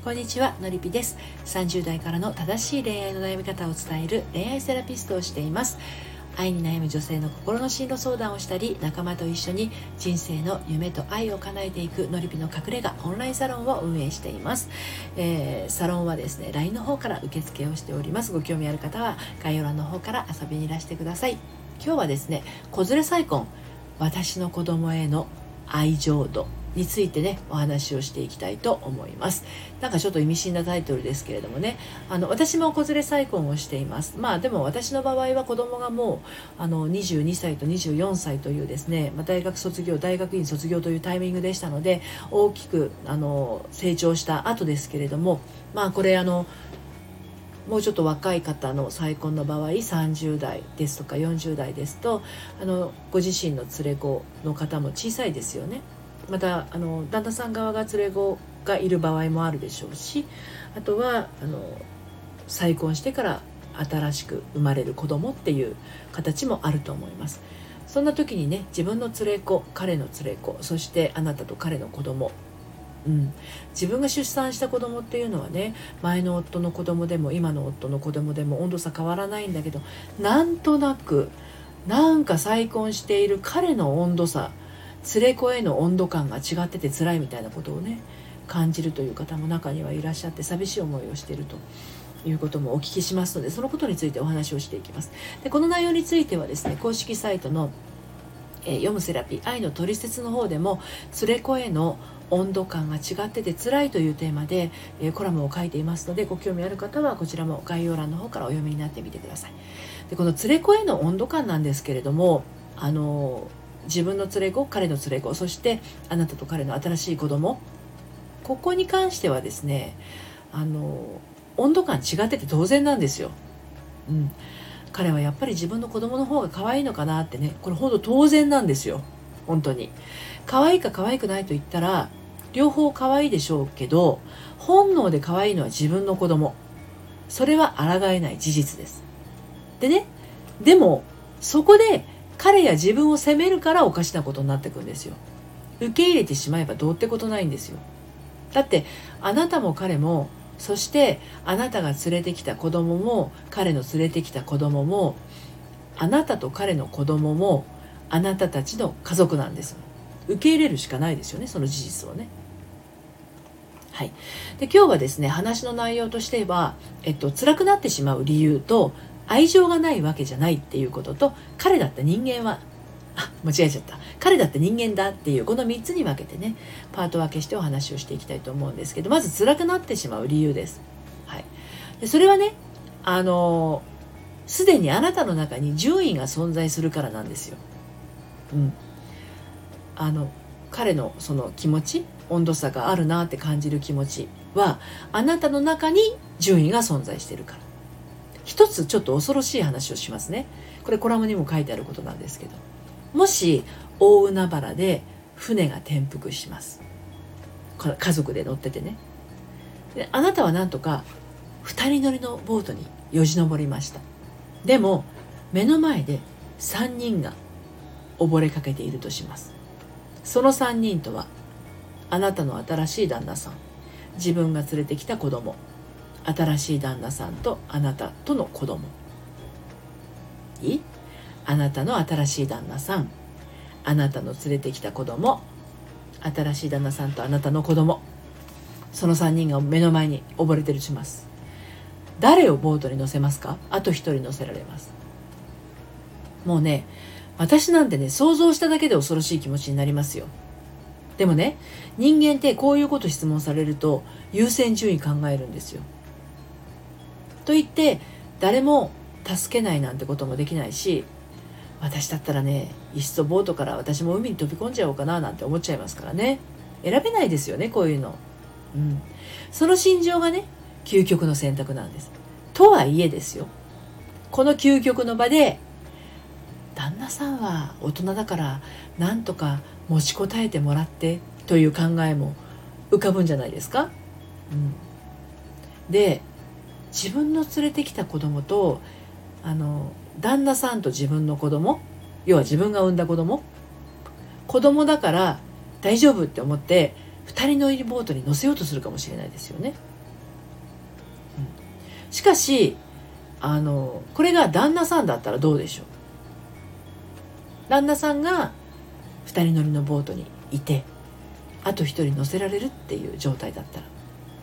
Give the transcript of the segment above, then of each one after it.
こんにちは、のりぴです。30代からの正しい恋愛の悩み方を伝える恋愛セラピストをしています。愛に悩む女性の心の進路相談をしたり、仲間と一緒に人生の夢と愛を叶えていくのりぴの隠れ家オンラインサロンを運営しています。サロンはですね、LINE の方から受付をしております。ご興味ある方は概要欄の方から遊びにいらしてください。今日はですね、子連れ再婚、私の子供への愛情度についてね、お話をしていきたいと思います。なんかちょっと意味深なタイトルですけれどもね、私も子連れ再婚をしています。でも私の場合は子供がもう22歳と24歳というですね、大学院卒業というタイミングでしたので、大きく成長した後ですけれども、これもうちょっと若い方の再婚の場合、30代ですとか40代ですとご自身の連れ子の方も小さいですよね。また旦那さん側が連れ子がいる場合もあるでしょうし、あとは再婚してから新しく生まれる子供っていう形もあると思います。そんな時にね、自分の連れ子、彼の連れ子、そしてあなたと彼の子供、自分が出産した子供っていうのはね、前の夫の子供でも今の夫の子供でも温度差変わらないんだけど、なんとなく再婚している彼の温度差、連れ子への温度感が違ってて辛いみたいなことをね、感じるという方も中にはいらっしゃって、寂しい思いをしているということもお聞きしますので、そのことについてお話をしていきます。で、この内容についてはですね、公式サイトの読むセラピー愛のトリセツの方でも、連れ子への温度感が違ってて辛いというテーマでコラムを書いていますので、ご興味ある方はこちらも概要欄の方からお読みになってみてください。で、この連れ子への温度感なんですけれども、自分の連れ子、彼の連れ子、そしてあなたと彼の新しい子供、ここに関してはですね、温度感違ってて当然なんですよ。彼はやっぱり自分の子供の方が可愛いのかなってね、これほんと当然なんですよ。本当に可愛いか可愛くないと言ったら両方可愛いでしょうけど、本能で可愛いのは自分の子供、それは抗えない事実です。でね、でもそこで彼や自分を責めるからおかしなことになってくるんですよ。受け入れてしまえばどうってことないんですよ。だってあなたも彼も、そしてあなたが連れてきた子供も彼の連れてきた子供も、あなたと彼の子供もあなたたちの家族なんです。受け入れるしかないですよね、その事実をね。はい。で、今日はですね、話の内容としては、辛くなってしまう理由と、愛情がないわけじゃないっていうことと、彼だった人間は間違えちゃった、彼だって人間だっていう、この3つに分けてね、パート分けしてお話をしていきたいと思うんですけど、まず辛くなってしまう理由です。はい。で、それはね、すでにあなたの中に順位が存在するからなんですよ。彼のその気持ち、温度差があるなって感じる気持ちはあなたの中に順位が存在しているから。一つちょっと恐ろしい話をしますね。これコラムにも書いてあることなんですけど、もし大海原で船が転覆します。家族で乗っててね。で、あなたはなんとか2人乗りのボートによじ登りました。でも目の前で3人が溺れかけているとします。その3人とは、あなたの新しい旦那さん、自分が連れてきた子供、新しい旦那さんとあなたとの子供。あなたの新しい旦那さん、あなたの連れてきた子供、新しい旦那さんとあなたの子供、その3人が目の前に溺れてるとします。誰をボートに乗せますか？あと1人乗せられます。もうね、私なんてね、想像しただけで恐ろしい気持ちになりますよ。でもね、人間ってこういうこと質問されると優先順位考えるんですよ。と言って誰も助けないなんてこともできないし、私だったらね、いっそボートから私も海に飛び込んじゃおうかななんて思っちゃいますからね。選べないですよね、こういうの。その心情がね、究極の選択なんです。とはいえですよ、この究極の場で旦那さんは大人だからなんとか持ちこたえてもらってという考えも浮かぶんじゃないですか。で、自分の連れてきた子供と旦那さんと自分の子供、要は自分が産んだ子供だから大丈夫って思って2人乗りボートに乗せようとするかもしれないですよね。 しかしこれが旦那さんだったらどうでしょう。旦那さんが2人乗りのボートにいて、あと1人乗せられるっていう状態だったら、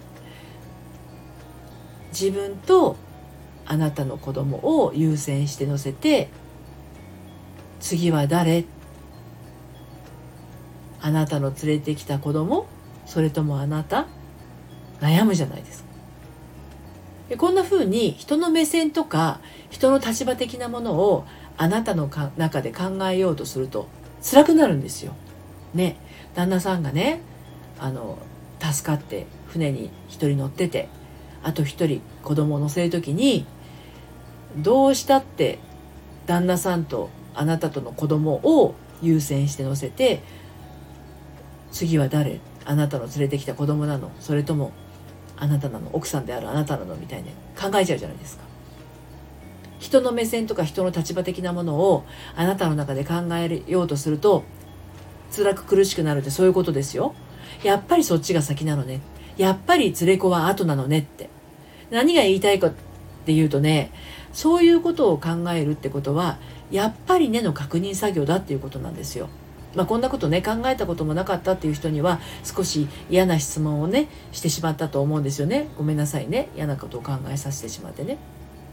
自分とあなたの子供を優先して乗せて、次は誰、あなたの連れてきた子供、それともあなた、悩むじゃないですか。でこんな風に人の目線とか人の立場的なものをあなたの中で考えようとすると辛くなるんですよ。ね、旦那さんがね助かって船に一人乗ってて、あと一人子供を乗せるときに、どうしたって旦那さんとあなたとの子供を優先して乗せて、次は誰、あなたの連れてきた子供なの、それともあなたなの、奥さんであるあなたなのみたいに考えちゃうじゃないですか。人の目線とか人の立場的なものをあなたの中で考えようとすると辛く苦しくなるって、そういうことですよ。やっぱりそっちが先なのね、やっぱり連れ子は後なのねって、何が言いたいかっていうとね、そういうことを考えるってことはやっぱりねの確認作業だっていうことなんですよ。こんなことね考えたこともなかったっていう人には少し嫌な質問をねしてしまったと思うんですよね。ごめんなさいね、嫌なことを考えさせてしまってね。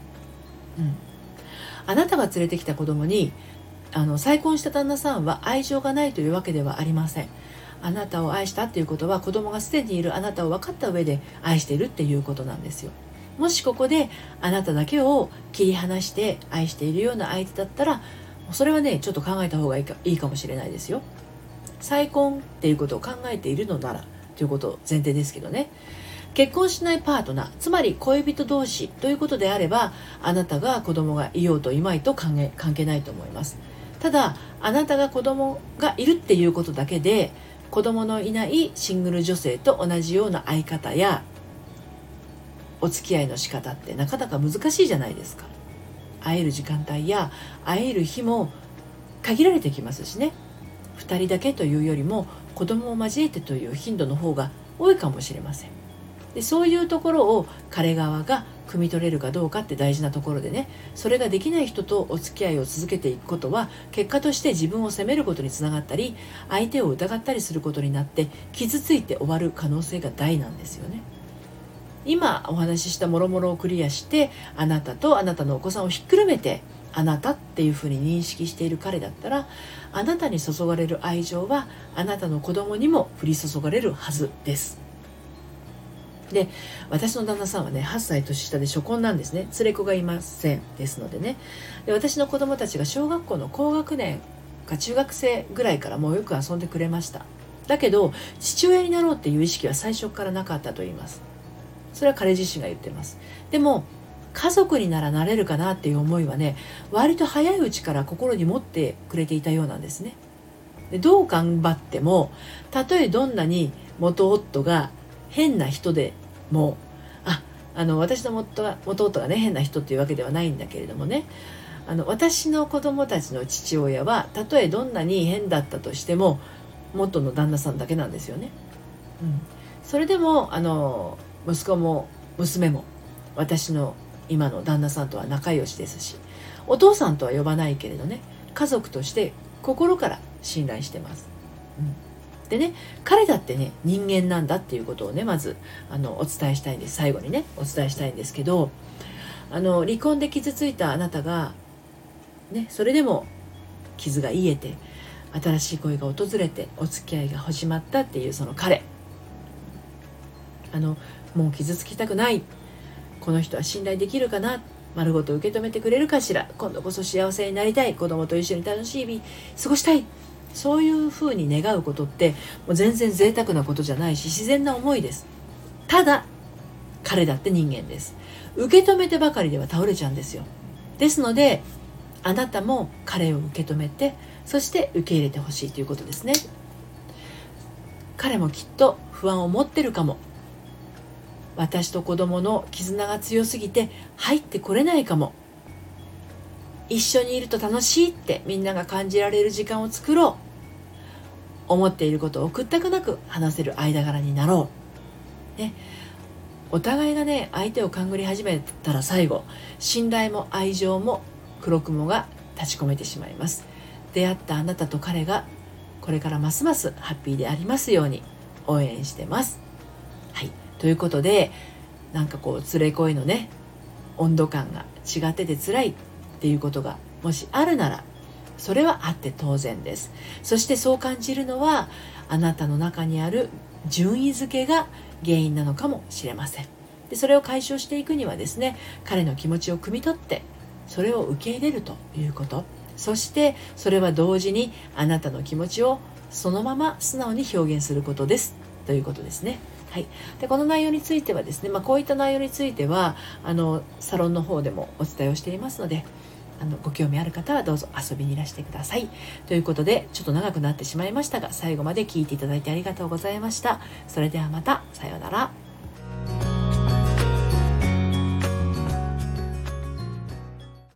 あなたが連れてきた子供に再婚した旦那さんは愛情がないというわけではありません。あなたを愛したっていうことは、子供がすでにいるあなたを分かった上で愛しているっていうことなんですよ。もしここであなただけを切り離して愛しているような相手だったら、それはねちょっと考えた方がいいかもしれないですよ。再婚っていうことを考えているのならということ前提ですけどね。結婚しないパートナー、つまり恋人同士ということであれば、あなたが子供がいようといまいと関係ないと思います。ただあなたが子供がいるっていうことだけで、子供のいないシングル女性と同じような相方やお付き合いの仕方ってなかなか難しいじゃないですか。会える時間帯や会える日も限られてきますしね。2人だけというよりも子供を交えてという頻度の方が多いかもしれません。でそういうところを彼側が汲み取れるかどうかって大事なところでね、それができない人とお付き合いを続けていくことは結果として自分を責めることにつながったり、相手を疑ったりすることになって傷ついて終わる可能性が大なんですよね。今お話ししたもろもろをクリアして、あなたとあなたのお子さんをひっくるめてあなたっていうふうに認識している彼だったら、あなたに注がれる愛情はあなたの子供にも降り注がれるはずです。で、私の旦那さんはね8歳年下で初婚なんですね。連れ子がいません。ですのでね、で私の子供たちが小学校の高学年か中学生ぐらいからもうよく遊んでくれました。だけど父親になろうっていう意識は最初からなかったと言います。それは彼自身が言ってます。でも家族にならなれるかなっていう思いはね、割と早いうちから心に持ってくれていたようなんですね。でどう頑張っても、たとえどんなに元夫が変な人でも、私の元夫がね変な人っていうわけではないんだけれどもね、私の子供たちの父親はたとえどんなに変だったとしても元の旦那さんだけなんですよね。それでも息子も娘も私の今の旦那さんとは仲良しですし、お父さんとは呼ばないけれどね、家族として心から信頼してます。でね、彼だってね人間なんだっていうことをね、まずお伝えしたいんです。最後にねお伝えしたいんですけど、離婚で傷ついたあなたがね、それでも傷が癒えて新しい恋が訪れてお付き合いが始まったっていうその彼、もう傷つきたくない、この人は信頼できるかな、丸ごと受け止めてくれるかしら、今度こそ幸せになりたい、子供と一緒に楽しい日過ごしたい、そういうふうに願うことってもう全然贅沢なことじゃないし自然な思いです。ただ彼だって人間です。受け止めてばかりでは倒れちゃうんですよ。ですのであなたも彼を受け止めて、そして受け入れてほしいということですね。彼もきっと不安を持ってるかも。私と子供の絆が強すぎて入ってこれないかも。一緒にいると楽しいってみんなが感じられる時間を作ろう。思っていることを屈託なく話せる間柄になろう。ね、 お互いがね相手を勘ぐり始めたら最後信頼も愛情も黒雲が立ち込めてしまいます。出会ったあなたと彼がこれからますますハッピーでありますように応援してます。はい、ということでなんかこう連れ恋のね温度感が違ってて辛いっていうことがもしあるならそれはあって当然です。そしてそう感じるのはあなたの中にある順位付けが原因なのかもしれません。でそれを解消していくにはですね、彼の気持ちを汲み取ってそれを受け入れるということ、そしてそれは同時にあなたの気持ちをそのまま素直に表現することですということですね。はい、でこの内容についてはですね、こういった内容についてはサロンの方でもお伝えをしていますので、ご興味ある方はどうぞ遊びにいらしてください。ということでちょっと長くなってしまいましたが、最後まで聞いていただいてありがとうございました。それではまた、さようなら。